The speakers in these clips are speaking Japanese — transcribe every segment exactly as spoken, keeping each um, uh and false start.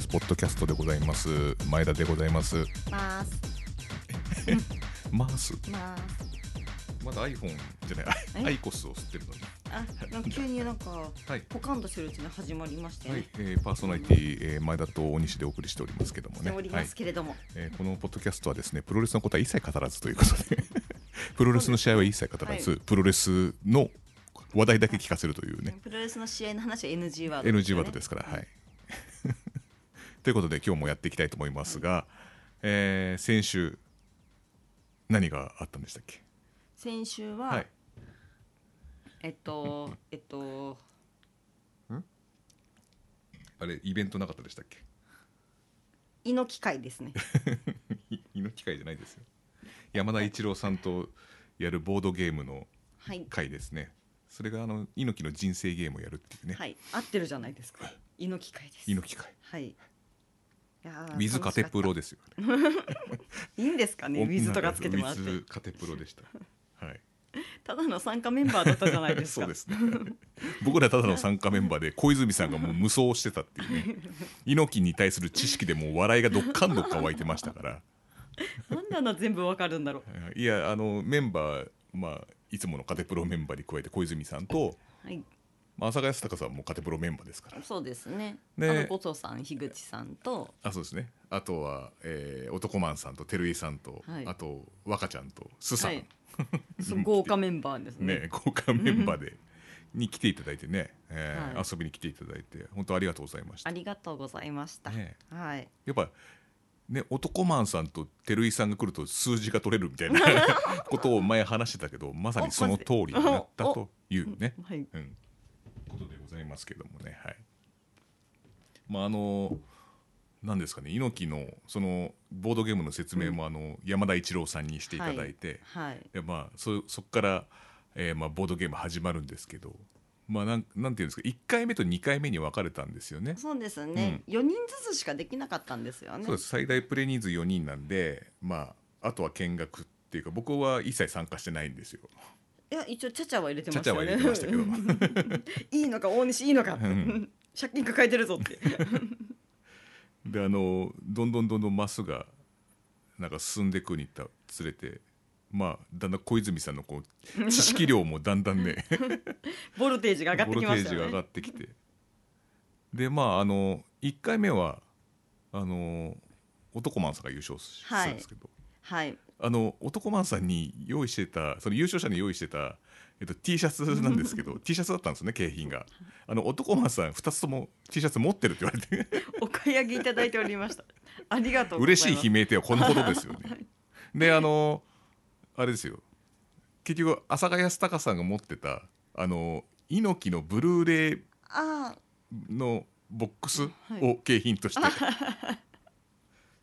スポッドキャストでございます。前田でございます。 ます。 マース。 ます。 まだ iPhone じゃない、アイコスを吸ってるのに。 あ、なんか急になんか、 はい、 ポカンとしてるうちに始まりましてね。 はい、えー、パーソナリティ、えー、前田と大西でお送りしておりますけどもね。 しておりますけれども、 はい、えー、このポッドキャストはですね、プロレスのことは一切語らずということで、プロレスの試合は一切語らず、はい、プロレスの話題だけ聞かせるというね。 プロレスの試合の話は エヌジー ワードです、ね、 エヌジー ワードですから、はい。ということで今日もやっていきたいと思いますが、はい、えー、先週何があったんでしたっけ？ 先週は、はい、えっとえっとんあれイベントなかったでしたっけ？ 猪木会ですね。 猪木会じゃないですよ。山田一郎さんとやるボードゲームの会ですね、はい、それがあの猪木の人生ゲームをやるっていうね。 はい、合ってるじゃないですか。猪木会です。 猪木会、 はい、いや水カテプロですよ。 いいんですかね、水とかつけてもらって。 水カテプロでした。はい。 ただの参加メンバーだったじゃないですか。 そうですね。僕らただの参加メンバーで小泉さんがもう無双してたっていうね。猪木に対する知識でもう笑いがどっかんどっか湧いてましたから。 なんであんな全部わかるんだろう。いや、あのメンバー、まあいつものカテプロメンバーに加えて小泉さんと、はい、まあ、朝霞隆さんもカテプロメンバーですから。 そうですね。で、あの後藤さん、樋口さんと、 あ、そうですね。あとは、えー、男マンさんと照井さんと、はい、あと若ちゃんとスさん、はい、 豪華メンバーですね。 ね、豪華メンバーでに来ていただいてね、えーはい、遊びに来ていただいて本当ありがとうございました。 ありがとうございました。ね、はい。 やっぱね、男マンさんと照井さんが来ると数字が取れるみたいなことを前話してたけど、まさにその通りになったというね、はい、うん、ことでございますけどもね。はい。まああのなんですかね、猪木のそのボードゲームの説明もあの、うん、山田一郎さんにしていただいて、はいはい、でまあ、そ, そこから、えーまあ、ボードゲーム始まるんですけど、まあ、なん, なんていうんですか、いっかいめとにかいめに分かれたんですよね。 そうですね、うん、よにんずつしかできなかったんですよね。 そうです。最大プレイ人数よにんなんで、まあ、あとは見学っていうか僕は一切参加してないんですよ。 いや一応チャチャは入れてましたよね。チャチャは入れてましたけどいいのか大西いいのかって、うん、借金抱えてるぞってであのどんどんどんどんマスがなんか進んでいくにつれて、まあだんだん小泉さんのこう知識量もだんだんねボルテージが上がってきましたよね。 ボルテージが上がってきて、でまああのいっかいめはあの男マンさんが優勝したんですけど、 はい、はい、 あの男マンさんに用意してた、その優勝者に用意してた、えっと、T シャツなんですけどT シャツだったんですね、景品が。あの男マンさんふたつとも T シャツ持ってるって言われてお買い上げいただいておりました。ありがとうございます。 嬉しい悲鳴ってはこのことですよね。はい、であのあれですよ、結局朝霞康隆さんが持ってたあの猪木のブルーレイのボックスを景品として、はい、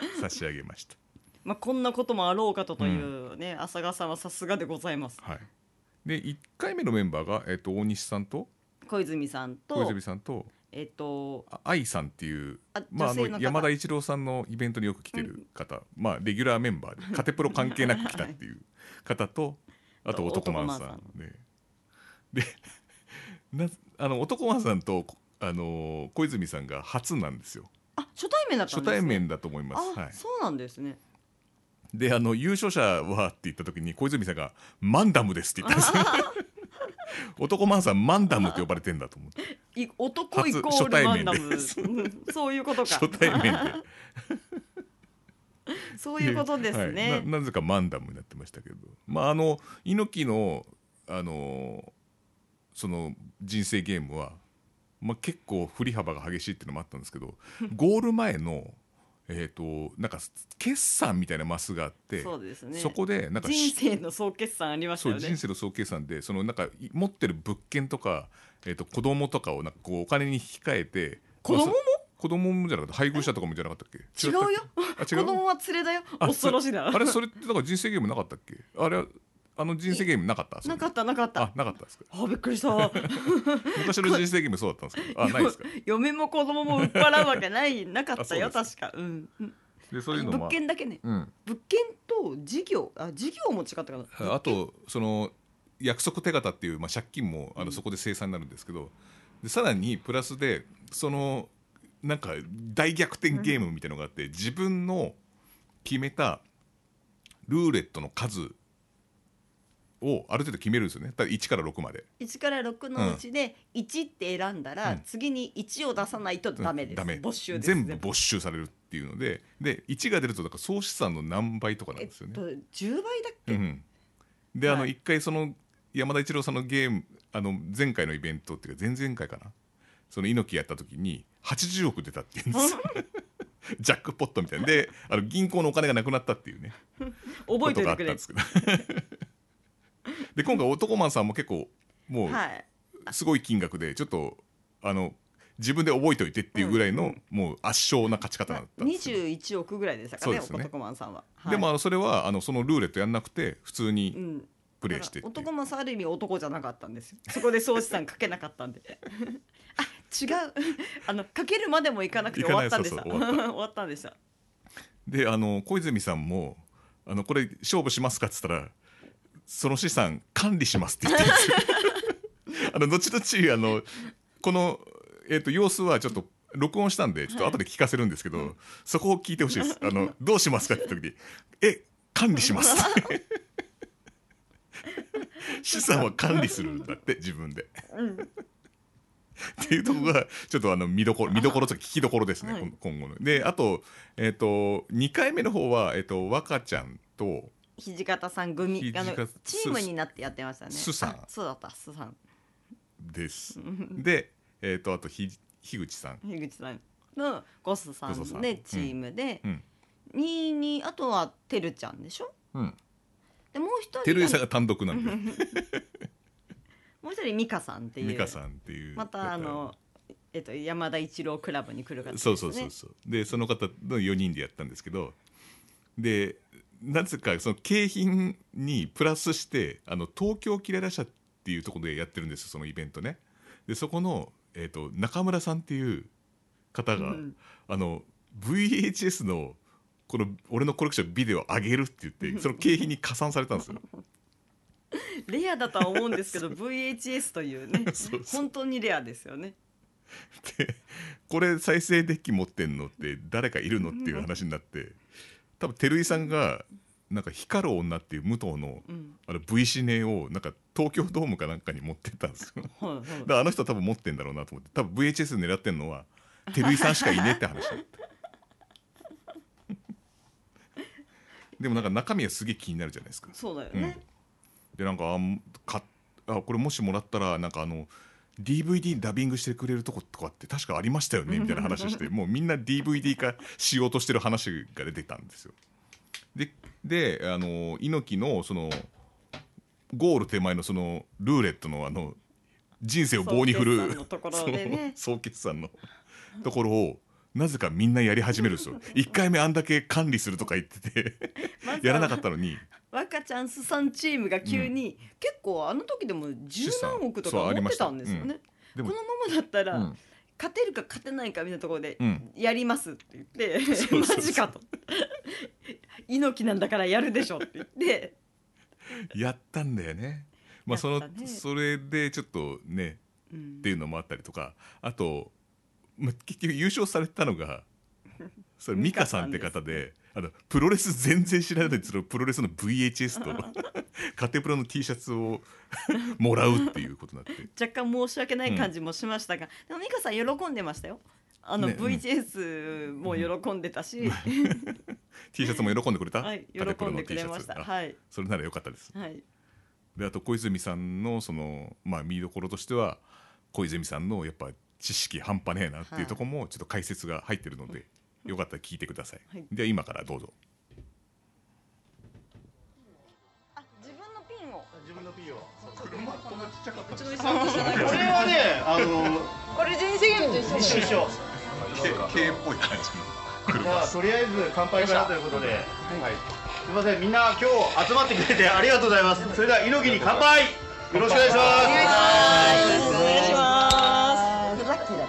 差し上げました。 まあ、こんなこともあろうかとというね、うん、朝霞さんはさすがでございます。 はい、でいっかいめのメンバーが、えっと、大西さんと小泉さんと小泉さんとえっと愛さんっていう、あ、まあ、あの山田一郎さんのイベントによく来てる方、うん、まあ、レギュラーメンバーでカテプロ関係なく来たっていう方とあと男マンさんで、でなあの男マンさんとあの小泉さんが初なんですよ。 あ、初対面だったんですね。 初対面だと思います。 あ、はい、そうなんですね。 であの優勝者はって言った時に小泉さんがマンダムですって言ったんです男マンさんマンダムって呼ばれてんだと思って、 男イコールマンダムそういうことか、 初対面でそういうことですね。 はい、な, なぜかマンダムになってましたけど、まああの猪木のあのその人生ゲームは、まあ、結構振り幅が激しいっていうのもあったんですけどゴール前のえー、となんか決算みたいなマスがあって、 そうですね、 そこでなんか人生の総決算ありましたよね。 そう、人生の総決算でそのなんか持ってる物件とか、えー、と子供とかをなんかこうお金に引き換えて、 子供も、まあ、 子供もじゃなかった、配偶者とかもじゃなかったっけ？ 違うよ、あ、違う、子供は連れだよ。恐ろしいな。 あれそれってだから人生ゲームなかったっけ？あれあの人生ゲームなかった？ なかったなかった。 あ、なかったですか？ あ、びっくりした。 昔の人生ゲームそうだったんですけど、あ、ないですか？ 嫁も子供も売っ払うわけないなかったよ確か。うん。 でそういうの、まあ、 物件だけね、うん、物件と事業、あ、事業も違ったかな。 あとその約束手形っていう、まあ、借金もあのそこで清算になるんですけど、でさらにプラスでそのなんか大逆転ゲームみたいなのがあって、自分の決めたルーレットの数をある程度決めるんですよね。だいちからろくまでいちからろくのうちでいちって選んだら、 うん、 次にいちを出さないとダメです、うん、ダメ没収です。 全部没収されるっていうので、でいちが出るとだから総資産の何倍とかなんですよね、 えっと、じゅうばいだっけ、うん、 で、はい、あのいっかいその山田一郎さんのゲーム、あの前回のイベントっていうか前々回かな、その猪木やった時にはちじゅうおく出たっていうんですジャックポットみたいなで、あの銀行のお金がなくなったっていうね覚えておいてくれで今回男マンさんも結構もうすごい金額でちょっとあの自分で覚えておいてっていうぐらいの、うん、もう圧勝な勝ち方だったんですよ。 にじゅういちおくぐらいでしたかね、男マンさんは。 はい、でもあのそれはあのそのルーレットやんなくて普通にプレイして、うん、 男マンさんある意味男じゃなかったんですよ。そこで総資産かけなかったんであ違うあのかけるまでもいかなくて終わったんでした終わったんでした。 であの小泉さんもあのこれ勝負しますかっつったらその資産管理しますって言ってるんですよあの後々あのこの、えーと、様子はちょっと録音したんでちょっと後で聞かせるんですけど、はい、そこを聞いてほしいです。あのどうしますかって時にえ管理します資産は管理するんだって自分で、うんっていうところがちょっとあの見どころ見どころとか聞きどころですね、はい、今後の。であと、えーと、にかいめの方は、えーと、若ちゃんと土方さん組あのチームになってやってましたね。 スさんそうだったスさんですで、えーと、あとひ樋口さん樋口さんのゴスさんでチームで、うんうん、にいにあとはてるちゃんでしょ、うん、でもう一人てるいさんが単独なんでもう一人美香さんっていう美香さんっていうまたあの、えっと、山田一郎クラブに来る方ですね。 そうそうそうそうでその方のよにんでやったんですけど、でなぜかその景品にプラスしてあの東京キララ社っていうところでやってるんですよ、そのイベントね。でそこの、えーと、中村さんっていう方が、うん、あの ブイエイチエス のこの俺のコレクションビデオあげるって言ってその景品に加算されたんですよレアだとは思うんですけどブイエイチエス というねそうそう本当にレアですよね。 でこれ再生デッキ持ってんのって誰かいるのっていう話になって多分照井さんがなんか光る女っていう武藤の、うん、あの V シネをなんか東京ドームかなんかに持ってったんですよはい、はい、だからあの人は多分持ってんだろうなと思って多分 ブイエイチエス 狙ってんのは照井さんしかいねえって話だったでもなんか中身はすげえ気になるじゃないですか。 そうだよね、 うん、でなんか あ, かあこれもしもらったらなんかあの ディーブイディー ダビングしてくれるとことかって確かありましたよねみたいな話してもうみんな ディーブイディー 化しようとしてる話が出てたんですよ。で, であの猪木のそのゴール手前のそのルーレットのあの人生を棒に振る総決算のところをなぜかみんなやり始めるんですよいっかいめあんだけ管理するとか言っててやらなかったのに若ちゃんすさんチームが急に、うん、結構あの時でも十何億とか持ってたんですよね、うん、このままだったら、うん、勝てるか勝てないかみたいなところで、うん、やりますって言ってマジかと猪木なんだからやるでしょって言ってやったんだよね。まあそのそれでちょっとね、うん、っていうのもあったりとかあと、まあ、結局優勝されたのがそれ美香さんって方であのプロレス全然知らないでそのプロレスの ブイエイチエス とカテプロの T シャツをもらうっていうことになって若干申し訳ない感じもしましたが、うん、でも美香さん喜んでましたよ。あの、ね、ブイエイチエス も喜んでたし、うん、 T シャツも喜んでくれた、 はい、喜んでくれました、はい、 それならよかったです、 はい、 であと小泉さんのその、まあ、見どころとしては小泉さんのやっぱ知識半端ねえなっていうところもちょっと解説が入ってるので、はい、よかったら聞いてください、はい、では今からどうぞ。 あ、自分のピンを自分のピンを車こんなちっちゃかったこれはね、あのこれ人生ゲームと一緒一緒軽っぽい感じの車。とりあえず乾杯からということで、はい、すみませんみんな今日集まってくれてありがとうございます。それでは猪木に乾杯。よろしくお願いします。 よろしくお願いします。ラッキーだった。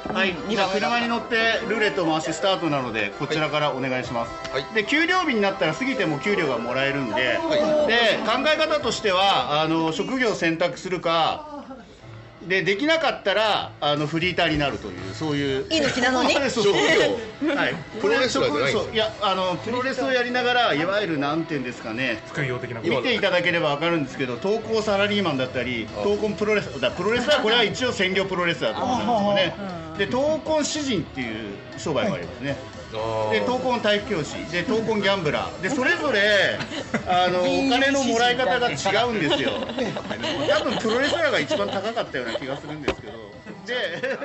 はい、今車に乗ってルーレットを回してスタートなのでこちらからお願いします。はい、で給料日になったら過ぎても給料がもらえるんで、はい、で考え方としてはあの職業を選択するかでできなかったらあのフリーターになるというそういう猪木なのにそうそうはいプロレスラーじゃないんですよ。いやあのプロレスをやりながらいわゆるなんていうんですかね、 副業的な見ていただければわかるんですけど、闘魂サラリーマンだったり闘魂プロレスだプロレスラーこれは一応専業プロレスラーと思うんですよね。で闘魂詩人っていう商売がありますね。で闘魂体育教師で闘魂ギャンブラーでそれぞれあのお金のもらい方が違うんですよ。多分プロレスラーが一番高かったような気がするんですけど、で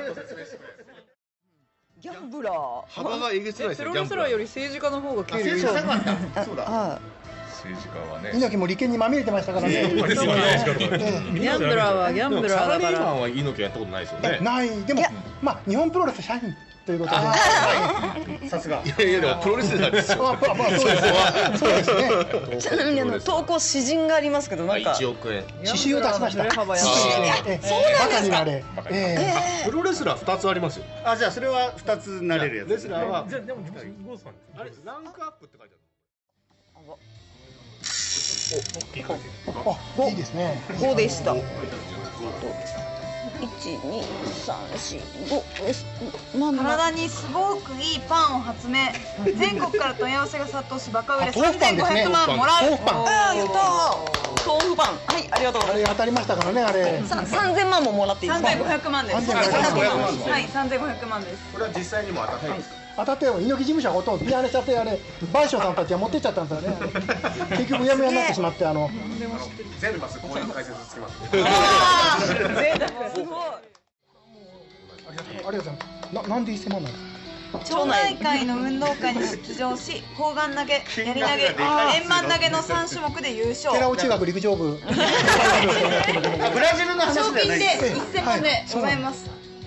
ギャンブラー幅がえげつないですよ。 プロレスラーより政治家の方が給料いい。 高かった。そうだ。 政治家はね。 猪木も利権にまみれてましたからね。 ギャンブラーはギャンブラーだから。 サラリーマンは猪木やったことないですよね。 ない。でもまあ日本プロレス社員ということで。さすが。 いやいやでもプロレスラーですよ。 まあまあそうですね。そうですね。 ちなみにあの投稿詩人がありますけどなんかいちおくえん詩集を出しました。 幅やバカになれ。 プロレスラーふたつありますよ。 あじゃあそれはふたつなれるやつ。 レスラーはじゃでもゴーさんあれランクアップって書いてある。 あ、いいですね。 ごでした。いち、に、さん、し、ごです。 体にすごくいいパンを発明。全国から問い合わせが殺到しバカ売れ豆腐パンですね。 さんぜんごひゃくまんもらう。 豆腐パン。 ああやったー。豆腐パン。はいありがとうございあれ当たりましたからねあれ。 ます。三千万ももらっていいですか。 さんぜんごひゃくまんです。 さんぜんごひゃくまんはいさんぜんごひゃくまんです。 これは実際にも当たったんですか。 当たっても猪木事務所がほとんどピアノしちゃってあれ倍賞さんたちは持ってっちゃったんですよね。結局うやむやになってしまってあの。 全部ますこういう解説つきます。 ああ贅沢すごい。 ありがとうございます。ななんで一千万なんですか。 町内会の運動会に出場し、砲丸投げ、やり投げ、円盤投げのさん種目で優勝。 寺尾中学陸上部。 ブラジルの話賞金でじゃない。 いっせんまんでございます。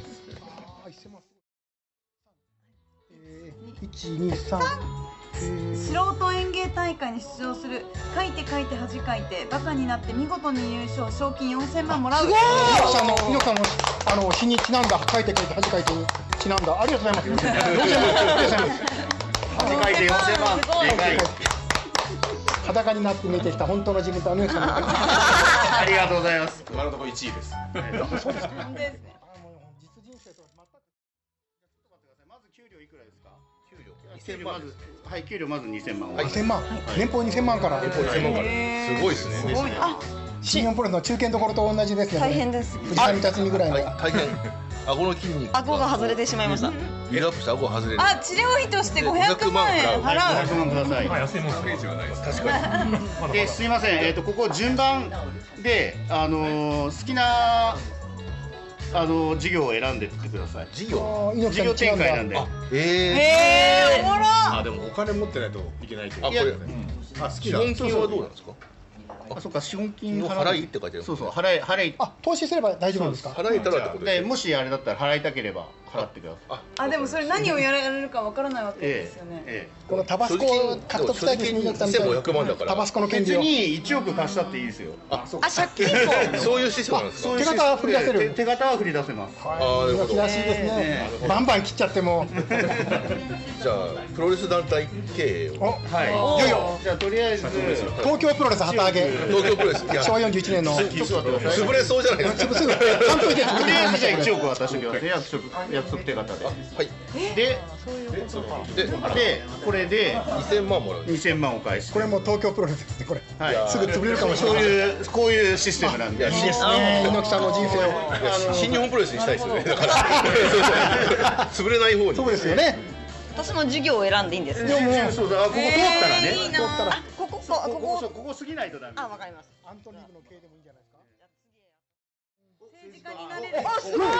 一二三。 素人演芸大会に出場する。書いて書いて恥かいてバカになって見事に優勝。賞金よんせんまんもらう。 猪木さんの猪木さんのあの日にちなんだ書いて書いて恥かいてちなんだありがとうございます。よんせんまんありがとうございます。 恥かいてよんせんまんでかい。 裸になって見えてきた本当の自分と猪木さんの。 ありがとうございます。 今のところいちいです。 そうですか。 本当ですね。 実人生と全く。 まず給料いくらですか。 給料にせんまん。はい給料まずにせんまん。 にせんまん。年俸にせんまんから。 年俸にせんまんから。すごいですね。 あ新日本プロレスの中堅どころと同じですね。 大変です。 藤波辰巳ぐらいの。 大変。顎の筋肉。 顎が外れてしまいました。 ビルアップした顎が外れる。 あ治療費としてごひゃくまんえん払う。 ごひゃくまんください。 まあ安いもんですね。 確かに。 ですいませんえっとここ順番であの好きなあの事業を選んでってください。 事業。 事業展開なんで。 えええおもろ。 あでもお金持ってないといけないと。あこれ。あ好きな。資本金はどうなんですか。 あそうか資本金払いって書いてある。 そうそう払い払い。 あ投資すれば大丈夫なんですか。 払えたらってことでです。 もしあれだったら払いたければ払ってください。 あでもそれ何をやられるかわからないわけですよね。 ええこのタバスコを獲得したいですね。猪木さんみたいにせんごひゃくまんだから。 タバスコの権別利を。 にいちおく貸したっていいですよ。 あそうあ借金も。 そういうシステムなんですか。 手形は振り出せる。 手形は振り出せます。 ああなるほど。 らしいですね。バンバン切っちゃっても。 じゃあプロレス団体経営を。 はい。いよいよ。じゃあとりあえず東京プロレス旗揚げ。 東京プロレス。 昭和よんじゅういちねんの。 潰れそうじゃないですか。 すぐ半分でとりあえずじゃあいちおく渡してください。約束約束手形で。 はい。 でででこれでにせんまんもらう。 にせんまんお返し。 これも東京プロレスですねこれ。 はい。 すぐ潰れるかもしれそうない。 いうこういうシステムなんで。 いいですね。猪木さんの人生を。 新日本プロレスにしたいですよね。だから潰れない方に。 そうですよね。 私も授業を選んでいいんですね。 でもそうだここ通ったらね。 いいな。 通ったらここここここここ過ぎないとダメ。 あわかります。 アントニーブの系でもいいんじゃないですか。 政治家になれる。 あすごい。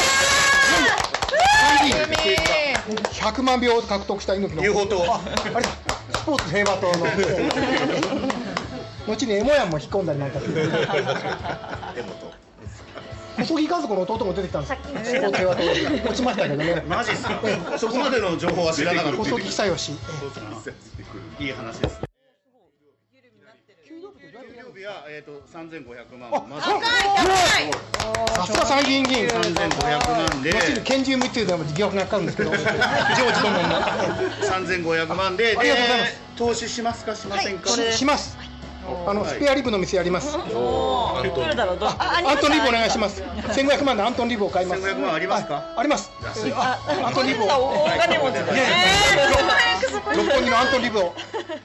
ひゃくまんびょう獲得した猪木の。 ユーフォー島。 ああれだスポーツ平和党の。後にエモヤンも引っ込んだりなんかする。細木家族の弟も出てきたんです。スポーツ平和党落ちましたけどね。 マジっすか。そこまでの情報は知らなかった。 細木久義。 いい話です。給料日はえっとさんぜんごひゃくまん。まずさすが参議院議員。 さんぜんごひゃくまんで。 後に拳銃密輸でも疑惑がかかるんですけど。ジョージ顧問の。 さんぜんごひゃくまんで。 ありがとうございます。 投資しますかしませんか。 します。 あのスペアリブの店あります。 来るだろう。 アントンリブお願いします。千五百万のアントンリブを買います。 千五百万ありますか？ あります。 アントンリブ。お金持ちだね。 六本木のアントンリブを。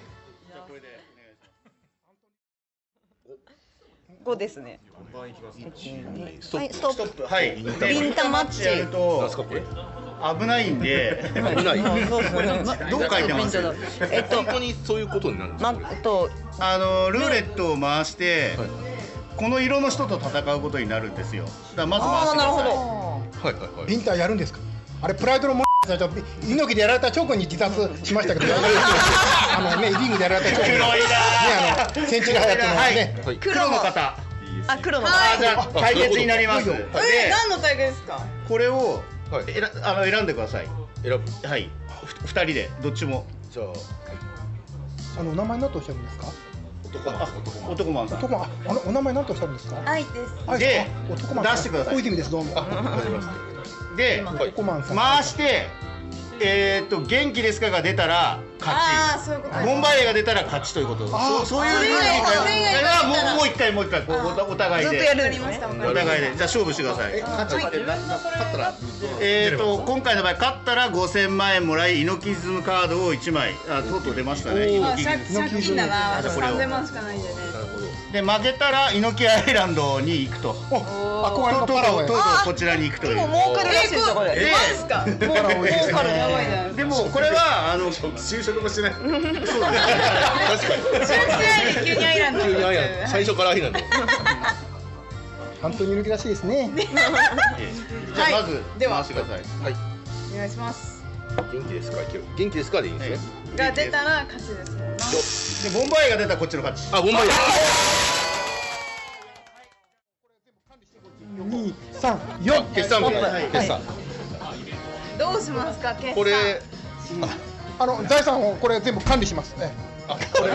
五ですね。 ストップ。ストップ。はい。 ビンタマッチ。 やると危ないんで。 危ない。 どう書いてます？ えっと本当にそういうことになるんですか？ まとあのルーレットを回してこの色の人と戦うことになるんですよ。だからまず回してください。 なるほど。 はいはいはい。 ビンタやるんですか？あれプライドのも猪木でやられた直後に自殺しましたけど、あのねリングでやられた直後にねあのセンチュリーハヤトのね黒の方。 あ黒の方。 じゃあ対決になります。で何の大会ですか？ これを選あの選んでください。 選ぶ。 はい。二人でどっちも。 じゃああのお名前何とおっしゃるんですか？ 男マン。男マンさん。 男マン。あのお名前何とおっしゃるんですか？ 愛です。 で男マン出してください。 小泉ですどうも。 で男マンさん。 回してえっと元気ですかが出たら勝ち。 ああそういうこと。 ボンバイエが出たら勝ちということ。そうそういうルールにはもうもう一回もう一回こうお互いで。 ずっとやるんですね。 お互いでじゃあ勝負してください。 勝ちってな勝ったらえっと今回の場合勝ったらごせんまんえんもらい猪木ズムカードをいちまいあとうとう出ましたね。猪木借金だな。私さんぜんまんしかないんでね。 で負けたら猪木アイランドに行くと。 憧れのパラオへ。 とうとうこちらに行くという。 でも儲かるらしいですよこれ。 でですか？儲かるやばいな。 でもこれはあの就職もしてない。そうだね。確かに。 就職に急にアイランド。 急にアイランド。最初からアイランド。 本当に猪木らしいですね。 じゃあまず回してください。 はい。 お願いします。 元気ですか？元気ですかでいいんですね。 が出たら勝ちですでボンバイエが出たらこっちの勝ち。 あボンバイエ。 二三四決算決算。 どうしますか決算？ これあの財産をこれ全部管理しますね。 あこれ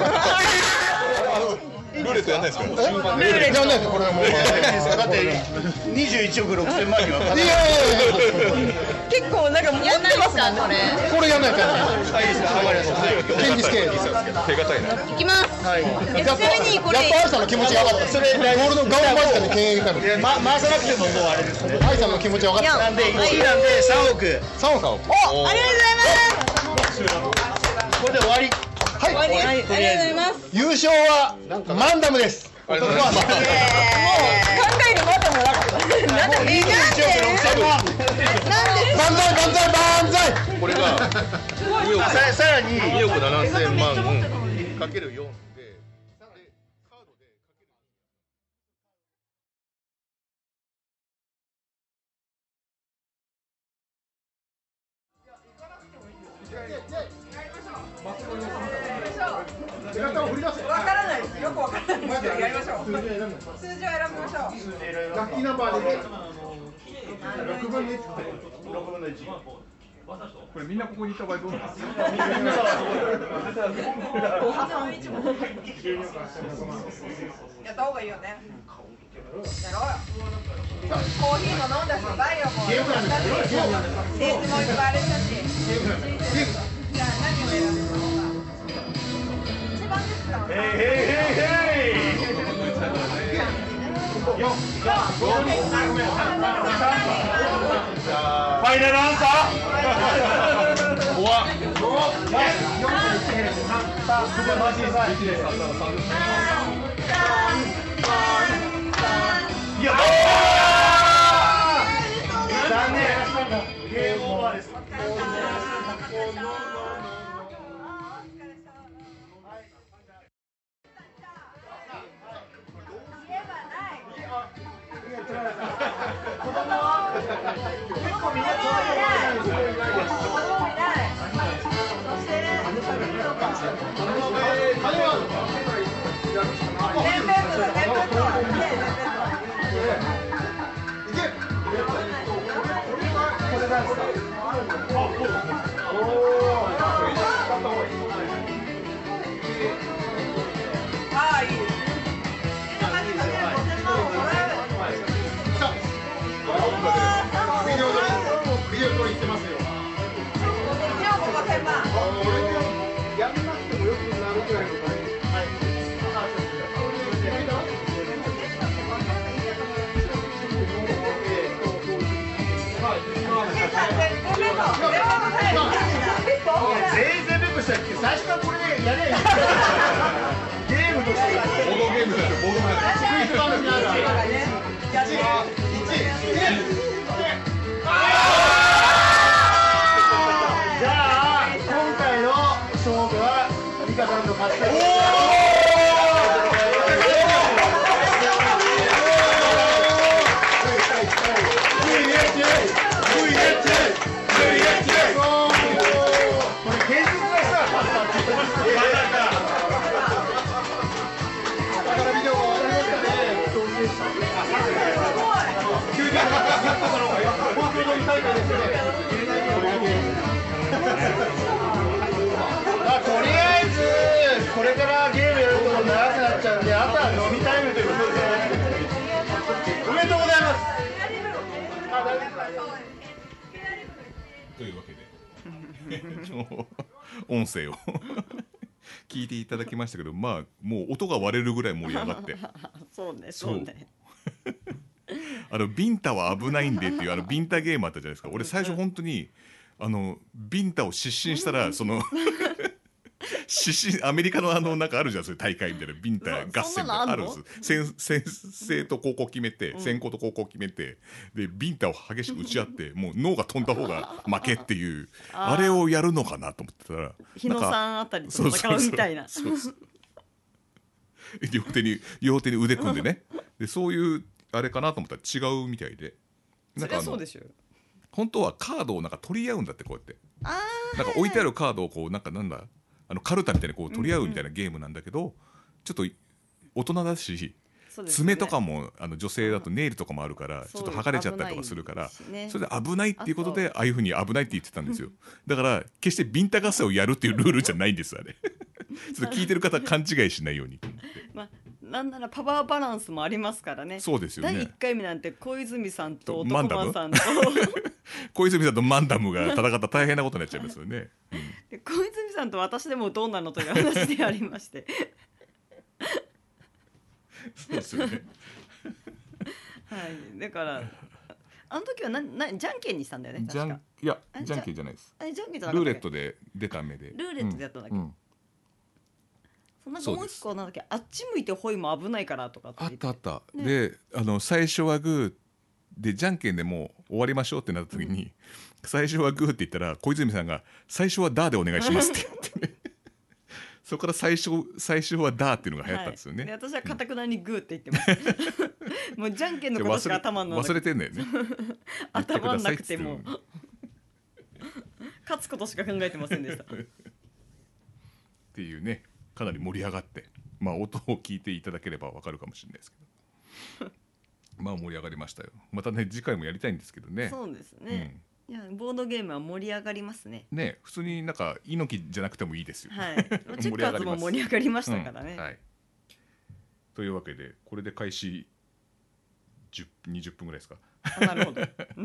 ルーレットやんないですか？ルーレットやんないですこれもう。 だってにじゅういちおくろくせんまんには。 いやいやいや結構なんか持ってますもんこれ。 これやんないと。 はいいいですか。わかりました。 現実系。 手堅いな。 いきます。 はい。 やっとやっと愛さんの気持ちが分かった。それゴールドガウンマジカで経営から。 ま回さなくてももうあれですね。 愛さんの気持ちが分かった。 なんでいちいなんでさんおく。 三億。 おありがとうございます。 これで終わり。 はい。 ありがとうございます。 優勝はマンダムです。 ありがとうございます。 考えるまでもなかった。なんでにじゅういちおくろくせんまん。 万歳万歳万歳。 これがにおくささらににおくななせんまんかけるよんでカードでかける。 わからないです。よくわからないですけどやりましょう。数字を選びましょう。 ラッキーナンバーで六分の一。 六分の一。 これみんなここにいた場合どうなんですか？ やった方がいいよね。やろうよ。コーヒーも飲んだし、バイオも飲んだし、セージもいっぱいあれしたし。じゃあ何を選ぶのか。一番ですか。 へいへいへいへい。四、五、ファイナルアンサー。 怖っ。 いや、残念。ゲームオーバーです。 やんなくてもよくなるぐらいの感じ。はい。 最初からこれでやれやゲームとしてボードゲームだよ、ボードゲームクイズ番組あるからね。いち、いち、じゃあ今回の勝負はリカさんの勝ちです。とりあえずこれからゲームやると長くなっちゃうんで、あとは飲みタイムということでおめでとうございます。 というわけで音声を聞いていただきましたけど、まあもう音が割れるぐらい盛り上がってそうねそうねあのビンタは危ないんでっていうあのビンタゲームあったじゃないですか。俺最初本当にあのビンタを失神したらその失神アメリカのあのなんかあるじゃん、そういう大会みたいなビンタ合戦があるんです。先生と高校決めて、先行と高校決めてでビンタを激しく打ち合ってもう脳が飛んだ方が負けっていうあれをやるのかなと思ってたら、 日野さんあたりと戦うみたいな。 両手に両手に腕組んでねでそういうあれかなと思ったら違うみたいで、 なんかあの本当はカードをなんか取り合うんだって、こうやってなんか置いてあるカードをこうなんかなんだあのカルタみたいにこう取り合うみたいなゲームなんだけど、ちょっと大人だし爪とかもあの女性だとネイルとかもあるからちょっと剥がれちゃったりとかするから、それで危ないっていうことでああいうふうに危ないって言ってたんですよ。だから決してビンタ合戦をやるっていうルールじゃないんですあれ。ちょっと聞いてる方勘違いしないように。 まあなんならパワーバランスもありますからね。 そうですよね。 だいいっかいめなんて小泉さんと男マンさんと小泉さんとマンダムが戦ったら大変なことになっちゃいますよね。うん、 で小泉さんと私でもどうなのという話でありまして。 そうですよね。 はい、だからあの時はななじゃんけんにしたんだよね。 じゃんいやじゃんけんじゃないです。 あれじゃんけんじゃなルーレットで出た目で。 ルーレットでやったんだっけ。うんうんなんかもう一個なんだっけ、あっち向いてほいも危ないからとかってあったあった、ね、であの最初はグーでじゃんけんでもう終わりましょうってなった時に、うん、最初はグーって言ったら小泉さんが最初はダーでお願いしますって言ってねそこから最初最初はダーっていうのが流行ったんですよね、 はい、で私はかたくなにグーって言ってます、うん、もうじゃんけんのことしか頭の忘れてんだよね頭んなくても勝つことしか考えてませんでしたっていうね、かなり盛り上がって、まあ音を聞いていただければわかるかもしれないですけどまあ盛り上がりましたよ。またね次回もやりたいんですけどね。 そうですね、うん、いやボードゲームは盛り上がりますね。 ね、普通になんか猪木じゃなくてもいいですよ。 はい。チェッカーズも盛り上がりましたからね。 うん、はい。というわけでこれで開始じゅう、にじゅっぷんぐらいですか。 あ、なるほど。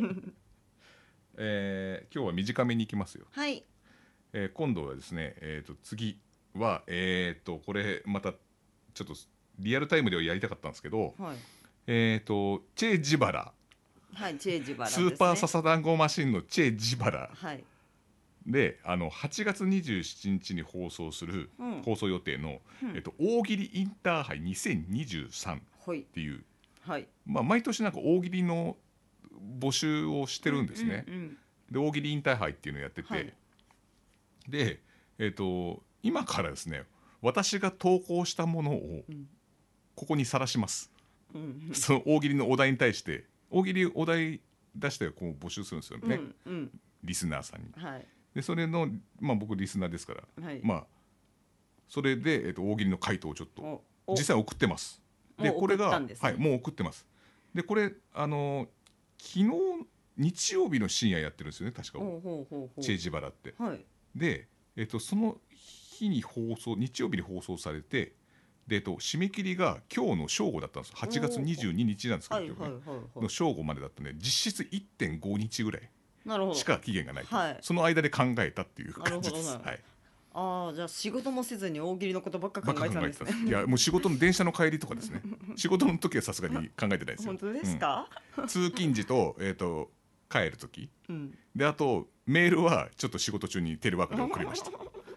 えー、今日は短めに行きますよ。 はい。 えー、今度はですね、えーと次はえーとこれまたちょっとリアルタイムではやりたかったんですけど、はい、えーとチェ・ジバラ、 はい、チェ・ジバラですね、スーパーササダンゴマシンのチェ・ジバラ、 はい、 であのはちがつにじゅうしちにちに放送する、うん、放送予定の、うん、えーと大喜利インターハイにせんにじゅうさんっていう、 はい、 まあ、毎年なんか大喜利の募集をしてるんですね、うんうんうん、で大喜利インターハイっていうのをやってて、はい、でえーと今からですね私が投稿したものをここにさらします、うんうん、その大喜利のお題に対して大喜利お題出してこう募集するんですよね、うんうん、リスナーさんに、はい、でそれの、まあ、僕リスナーですから、はい、まあそれで、えーと、大喜利の回答をちょっと実際送ってます。でこれが、ね、はい、もう送ってます。でこれあの昨日日曜日の深夜やってるんですよね確かチェ・ジバラって、はい、で、えーと、その日に放送日曜日に放送されてで、えっと、締め切りが今日の正午だったんです。はちがつにじゅうににちなんですけど、ね、はいはいはいはい、の正午までだったね実質 いってんごにちぐらいしか期限がない、はい、その間で考えたっていう感じです。はい、 ああ、じゃあ仕事もせずに大喜利のことばっか考えてたんですね。 いやもう仕事の電車の帰りとかですね仕事の時はさすがに考えてないですよ。 本当ですか、 うん、通勤時と、えーと帰る時、うん、であとメールはちょっと仕事中にテレワークで送りました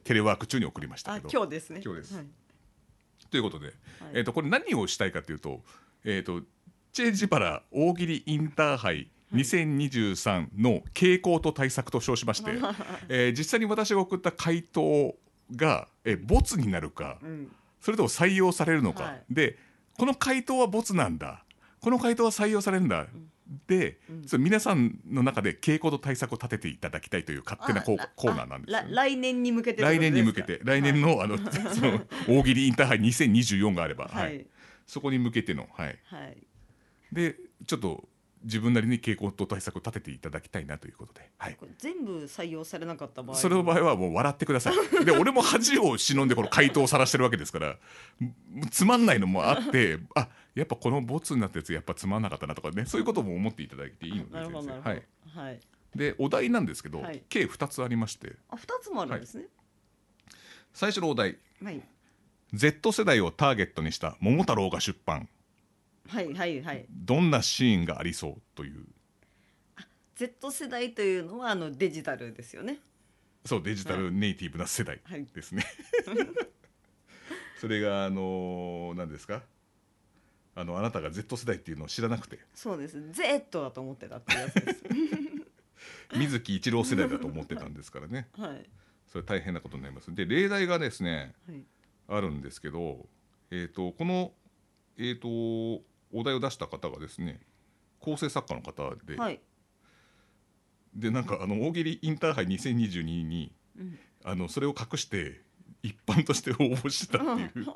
テレワーク中に送りましたけど、 あ今日ですね今日です、はい、ということで、はい、えー、とこれ何をしたいかというと、えー、とチェンジパラ大喜利インターハイにせんにじゅうさんの傾向と対策と称しまして、えー、実際に私が送った回答が、えー、ボツになるか、うん、それとも採用されるのか、はい、でこの回答はボツなんだ、この回答は採用されるんだ、うん、で、うん、それ皆さんの中で傾向と対策を立てていただきたいという勝手なコーナーなんですよ、ね、 来年に向けて来年に向けて来年の、はい、あのその大喜利インターハイにせんにじゅうよんがあれば、はいはい、そこに向けての、はいはい、でちょっと自分なりに傾向と対策を立てていただきたいなということで、はい、 全部採用されなかった場合、 それの場合はもう笑ってくださいで俺も恥を忍んでこの回答を晒してるわけですからつまんないのもあってあやっぱこのボツになったやつやっぱつまんなかったなとかね、そういうことも思っていただいていいので全然、はいはい、でお題なんですけど、はい、計ふたつありまして、 あふたつもあるんですね、はい、 最初のお題、はい、Z 世代をターゲットにした桃太郎が出版、 はいはいはい、 どんなシーンがありそうという。 あ Z 世代というのはあのデジタルですよね。 そうデジタルネイティブな世代ですね、はい、それがあの何ですか、あのあなたが Z 世代っていうのを知らなくて、 そうです Z だと思ってたってやつです水木一郎世代だと思ってたんですからね、はい、それ大変なことになります。で例題がですね、はい、あるんですけど、えーとこのえーとお題を出した方がですね構成作家の方で、はい、でなんかあの大喜利インターハイにせんにじゅうにに、うん、あのそれを隠して一般として応募したっていう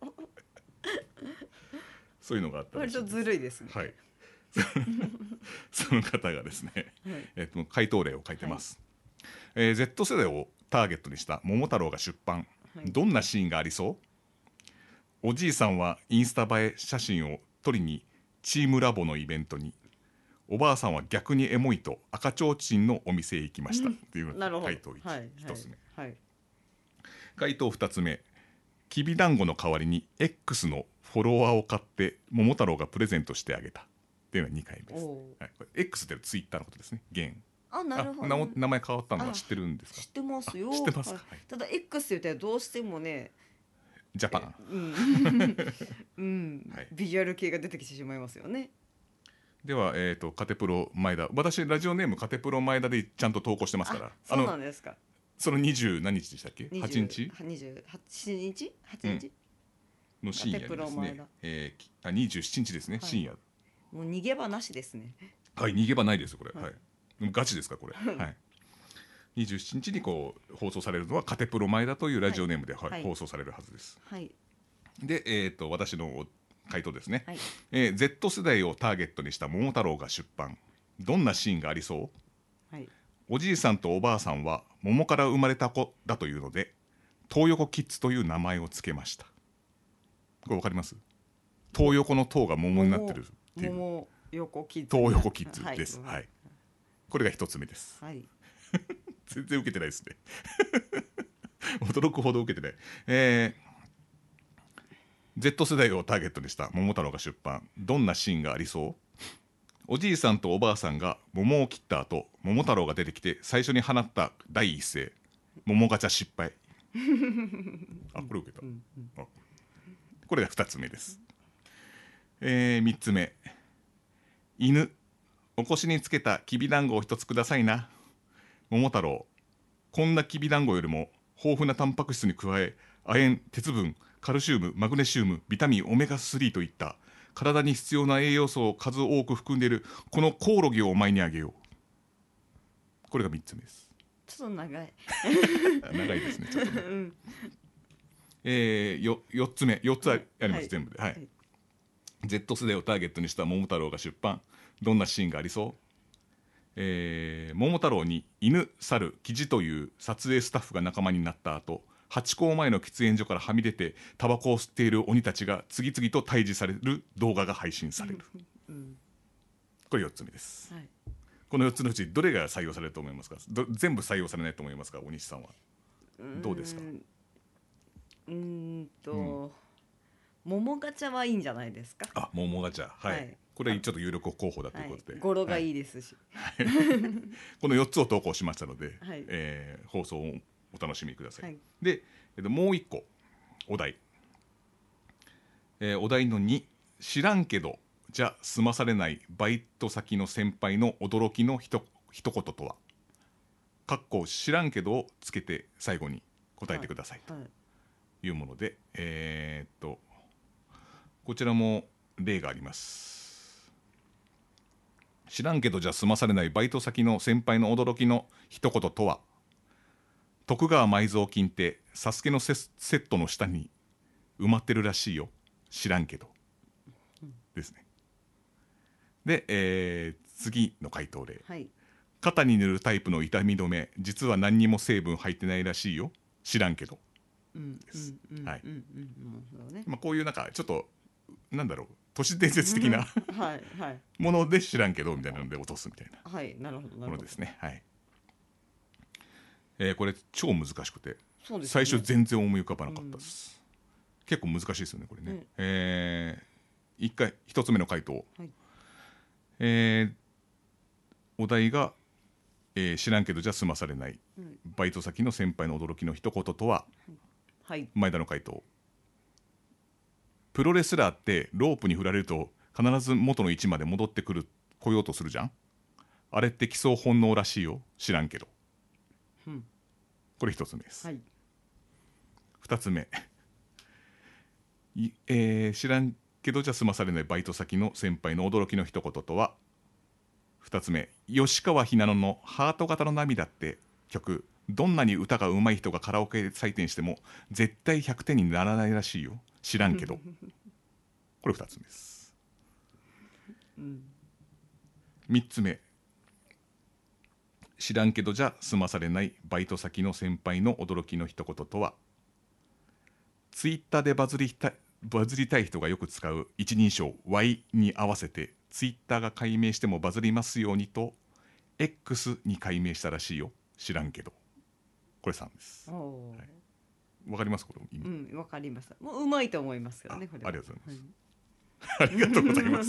そういうのがあったらしいです。 割とずるいですね。 はいその方がですね、はい、えー、と回答例を書いてます、はい、えー、Z 世代をターゲットにした桃太郎が出版、はい、どんなシーンがありそう。おじいさんはインスタ映え写真を撮りにチームラボのイベントに、おばあさんは逆にエモいと赤ちょうちんのお店へ行きましたっていう回答ひとつめ、はいはい、回答ふたつめ、きびだんごの代わりに X のフォロワーを買って桃太郎がプレゼントしてあげたっていうのがにかいめです、はい、これ X ってツイッターのことですね。現あなるほど、 あ名前変わったのは知ってるんですか。 知ってますよ。 知ってますか、 はい、ただ X って言ったらどうしてもねジャパン、 うんうんはい、ビジュアル系が出てきてしまいますよね。 では、えーと、カテプロ前田、私ラジオネームカテプロ前田でちゃんと投稿してますから。 そうなんですか。 その二十何日でしたっけ。はちにち二十八日はちにち、 うん、の深夜ですね、えー、あにじゅうしちにちですね、はい、深夜。 もう逃げ場なしですね。 はい、逃げ場ないですよこれ、はいはい、ガチですかこれ、はい、にじゅうしちにちにこう放送されるのはカテプロ前田というラジオネームで、はいはい、放送されるはずです、はい、で、えーと、私の回答ですね、はい、えー、Z 世代をターゲットにした桃太郎が出版、どんなシーンがありそう、はい、おじいさんとおばあさんは桃から生まれた子だというので東横キッズという名前をつけました。これ分かります。東横の東が桃になってるっていう桃横キッズ、 東横キッズです、はいはい、これが一つ目です、はい、全然受けてないですね驚くほど受けてない、えー、Z 世代をターゲットにした桃太郎が出版、どんなシーンがありそう。おじいさんとおばあさんが桃を切った後、桃太郎が出てきて最初に放った第一声、桃ガチャ失敗あ、これ受けた、あ、これがふたつめです、えー、みっつめ、犬お腰につけたきびだんごを一つくださいな。桃太郎、こんなきびだんごよりも豊富なタンパク質に加え亜鉛、鉄分、カルシウム、マグネシウム、ビタミン、オメガスリーといった体に必要な栄養素を数多く含んでいるこのコオロギをお前にあげよう。これがみっつめです。 ちょっと長い長いですねちょっとね、うん、えー、よよっつめよっつあります、はい、全部で、はいはい、Z 世代をターゲットにした桃太郎が出版、どんなシーンがありそう。えー、桃太郎に犬、猿、キジという撮影スタッフが仲間になった後、ハチ公前の喫煙所からはみ出てタバコを吸っている鬼たちが次々と退治される動画が配信される、うん、これよっつめです、はい、このよっつのうちどれが採用されると思いますか。ど全部採用されないと思いますか。大西さんはどうですか。 うーんと、うん、桃ガチャはいいんじゃないですか。 あ、桃ガチャ、はい、はい、これちょっと有力候補だということで、 はい、語呂がいいですし、 はい、このよっつを投稿しましたので、はい、えー、放送をお楽しみください。はい、で、えっと、もう一個お題、えー、お題のに、知らんけどじゃ済まされないバイト先の先輩の驚きのひと一言とは、かっこ知らんけどをつけて最後に答えてくださいというもので、はいはい、えー、っとこちらも例があります。知らんけどじゃ済まされないバイト先の先輩の驚きの一言とは、徳川埋蔵金ってサスケのセットの下に埋まってるらしいよ、知らんけどですね。で、えー、次の回答例、はい、肩に塗るタイプの痛み止め実は何にも成分入ってないらしいよ、知らんけどです。こういうなんかちょっとなんだろう、都市伝説的なはい、はい、もので知らんけどみたいなので落とすみたいな、はい、なるほどなるほどものですね。はい、えー、これ超難しくて、そうですね、最初全然思い浮かばなかったです、うん、結構難しいですよねこれね、うん、えー、一回一つ目の回答、はい、えー、お題が、えー、知らんけどじゃ済まされない、うん、バイト先の先輩の驚きの一言とは、はい、前田の回答、プロレスラーってロープに振られると必ず元の位置まで戻ってくる来ようとするじゃん、あれって基礎本能らしいよ、知らんけど、うん、これ一つ目です、はい、二つ目い、えー、知らんけどじゃ済まされないバイト先の先輩の驚きの一言とは、二つ目、吉川ひなののハート型の涙って曲、どんなに歌が上手い人がカラオケで採点しても絶対ひゃくてんにならないらしいよ、知らんけどこれふたつめです、うん、みっつめ、知らんけどじゃ済まされないバイト先の先輩の驚きの一言とは、ツイッターでバズりたいバズりたい人がよく使う一人称 ワイ に合わせてツイッターが解明してもバズりますようにと エックス に改名したらしいよ、知らんけど、これさんです。わ、はい、かりますこれ意味？ うん、わかります。もううまいと思いますけどね、これは。 ありがとうございます、はい、ありがとうございます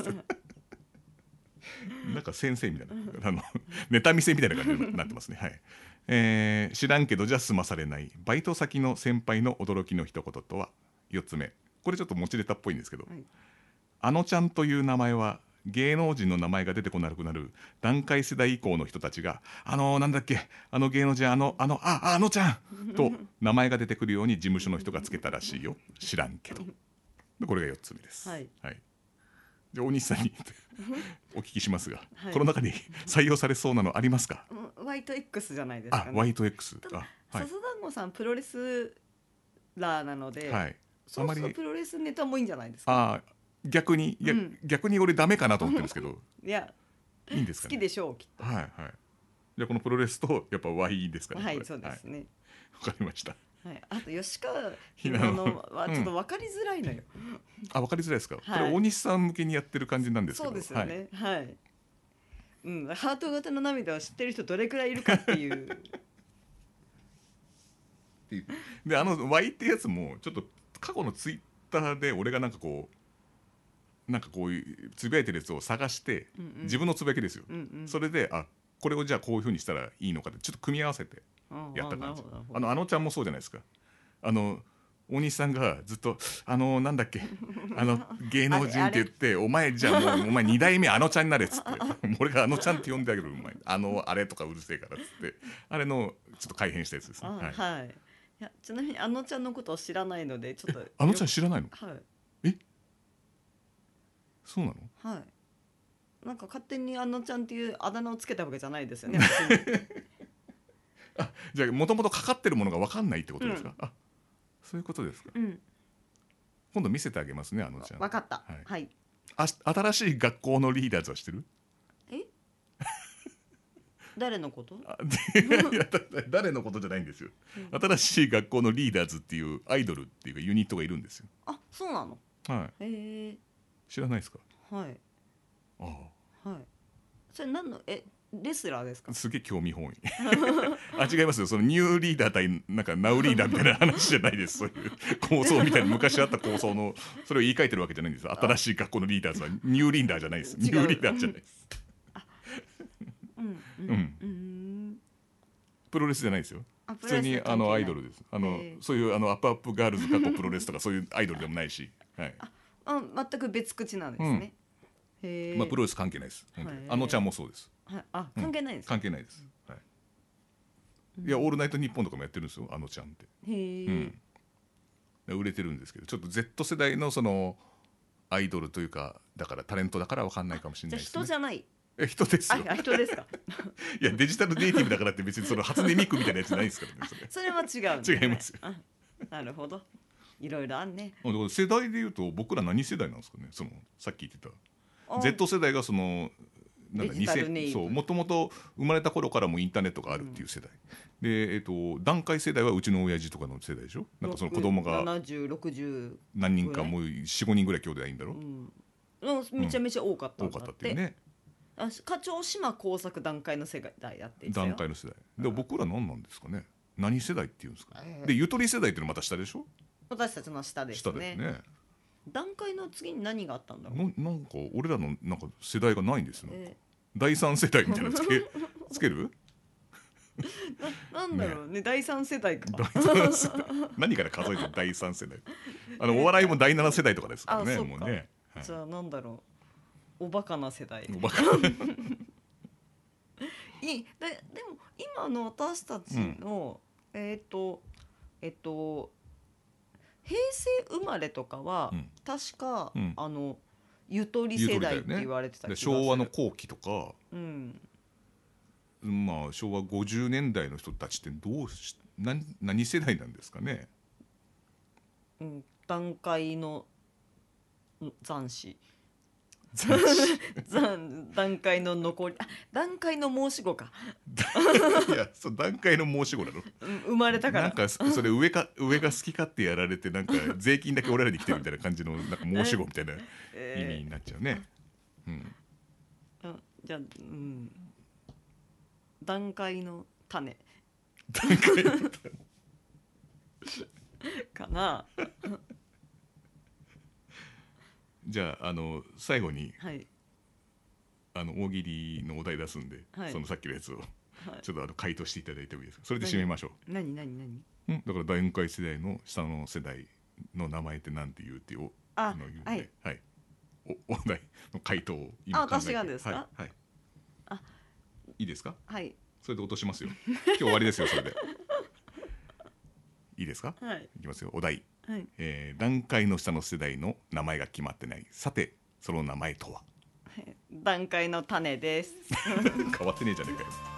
なんか先生みたいなあのネタ見せみたいな感じになってますね。はい、えー、知らんけどじゃ済まされないバイト先の先輩の驚きの一言とは、よっつめ、これちょっと持ちネタっぽいんですけど、はい、あのちゃんという名前は芸能人の名前が出てこなくなる団塊世代以降の人たちが、あのー、なんだっけ、あの芸能人、あのあのああのちゃんと名前が出てくるように事務所の人がつけたらしいよ、知らんけど。でこれがよっつめです。はい、はい、じゃあ大西さんにお聞きしますが、はい、この中に採用されそうなのありますか？ ワイと X じゃないですかね。 あ、ワイと X。あ、はい、 笹団子さんプロレスラーなので、はい、そうそうプロレスネタもいいんじゃないですか。 あ、逆に、いや、うん、逆に俺ダメかなと思ってるんですけどいやいいんですかね。 好きでしょうきっと。 はいはい。じゃあこのプロレスとやっぱ ワイ ですかね。 はいそうですね。 わ、はい、かりました。 はい、あと吉川ひなのはちょっと分かりづらいのよ、うん、 あ、分かりづらいですか、はい、これ大西さん向けにやってる感じなんですけど。 そうですよね、はい、はい、うん、ハート型の涙を知ってる人どれくらいいるかっていうで、あの ワイ ってやつもちょっと過去のツイッターで俺がなんかこうなんかこういうつぶやいてるやつを探して、うんうん、自分のつぶやきですよ、うんうん、それで、あ、これをじゃあこういう風にしたらいいのかってちょっと組み合わせてやった感じ。あのあのちゃんもそうじゃないですか。あの大西さんがずっとあのなんだっけあの芸能人って言ってお前じゃあもうお前に代目あのちゃんになれっつって俺があのちゃんって呼んであげる、お前あのあれとかうるせえからっつってあれのちょっと改変したやつですね。はい、 はい、いやちなみにあのちゃんのことを知らないのでちょっとあのちゃん知らないの？ はい。 え、そうなの？ はい。なんか勝手にあのちゃんっていうあだ名をつけたわけじゃないですよねあ、じゃあもともとかかってるものが分かんないってことですか？うん、あ、そういうことですか。うん、今度見せてあげますね、あのちゃん。 分かった。はい。はい、 あ、新しい学校のリーダーズは知ってる？ え誰のこと？ あいや誰のことじゃないんですよ、うん、新しい学校のリーダーズっていうアイドルっていうかユニットがいるんですよ。 あ、そうなの？ はい。へえ。知らないですか？ はい。ああ。はい。それ何のえレスラーですか？ すげえ興味本位あ、違いますよ。そのニューリーダー対なんかナウリーダーみたいな話じゃないです。そういう構想みたいな昔あった構想のそれを言い換えてるわけじゃないんです。新しい学校のリーダーズはニューリーダーじゃないです。ニューリーダーじゃないです。うん、うんうん、プロレスじゃないですよ。 普通にあのアイドルです。あのそういうあのアップアップガールズ過去プロレスとかそういうアイドルでもないし、はい。 あ、全く別口なんですね。 へえ。まあプロレス関係ないです。あのちゃんもそうです。 はい。あ、関係ないです。 関係ないです。はい。いやオールナイトニッポンとかもやってるんですよ。あのちゃんって。へえ。売れてるんですけど、ちょっと Z 世代のそのアイドルというかだからタレントだからわかんないかもしれないですね。 じゃ人じゃない。 え、人ですよ。 あ、人ですか。 いや、デジタルネイティブだからって別にその初音ミクみたいなやつないですからね。 それは違う、 ね。違いますよ。 なるほど。いろいろあんね。 だから世代でいうと僕ら何世代なんですかね。そのさっき言ってた Z 世代がそのなんだにせんそうもともと生まれた頃からもインターネットがあるっていう世代。うん、でえっ、ー、と段階世代はうちの親父とかの世代でしょ。なんかその子供がななじゅう、ろくじゅう何人かもうよん、ごにんぐらい兄弟いいんだろ。 うん、めちゃめちゃ多かったんだって。 多かったっていうね。 あ、課長島工作段階の世代やって段階の世代で僕ら何なんですかね。何世代っていうんですか、えー、でゆとり世代っていうのまた下でしょ。 私たちの下ですね。 下ですね。 段階の次に何があったんだろう。 な, なんか俺らのなんか世代がないんですよ、えー、だいさん世代みたいなつけつけるな, なんだろう ね, ねだいさん世代か。 だいさん世代何から数えてるだいさん世代。あのお笑いもだいなな世代とかですからね。もうね、 はい、じゃあなんだろう、おバカな世代。 おバカいいででも今の私たちの、うん、えっ、ー、とえっ、ー、と平成生まれとかは、うん、確か、うん、あのゆとり世代って言われてた気がする。 昭和の後期とか、うん、まあ昭和ごじゅうねんだいの人たちってどうし 何, 何世代なんですかね。 うん、段階の残死段階の残り、あ、段階の申し子か。 いや、そう段階の申し子なの。 生まれたから。 なんかそれ上か上が好き勝手やられてなんか税金だけ俺らに来てるみたいな感じのなんか申し子みたいな意味になっちゃうね。えー、うん。 あ、じゃあ、うん。段階の種。 段階の種。 かな。 じゃあ、あの最後に、 はい、 あの大喜利のお題出すんで、はい、そのさっきのやつを、はい、ちょっとあの回答していただいてもいいですか。それで締めましょう。 何何何何？だから段階世代の下の世代の名前ってなんて言うっていうあのを言うんで、 はい、 はい、おお題の回答を今考えて。 あ、私がですか？ はい、はい、あ、いいですか？ はい。 それで落としますよ。今日終わりですよ。それでいいですか？ はい。 いきますよ。お題。 はい、 えー、段階の下の世代の名前が決まってない。さてその名前とは？ 段階の種です。 変わってねえじゃねえかよ。